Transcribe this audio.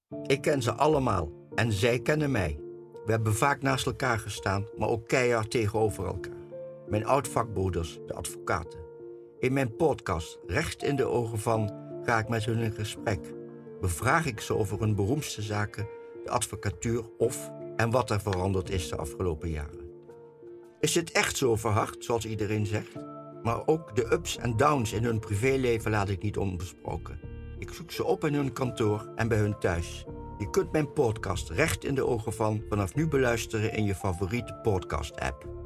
Ik ken ze allemaal en zij kennen mij. We hebben vaak naast elkaar gestaan, maar ook keihard tegenover elkaar. Mijn oud-vakbroeders, de advocaten. In mijn podcast, Recht in de ogen van, ga ik met hun in gesprek. Bevraag ik ze over hun beroemdste zaken, de advocatuur en wat er veranderd is de afgelopen jaren. Is het echt zo verhard, zoals iedereen zegt? Maar ook de ups en downs in hun privéleven laat ik niet onbesproken. Ik zoek ze op in hun kantoor en bij hun thuis. Je kunt mijn podcast Recht in de ogen van vanaf nu beluisteren in je favoriete podcast-app.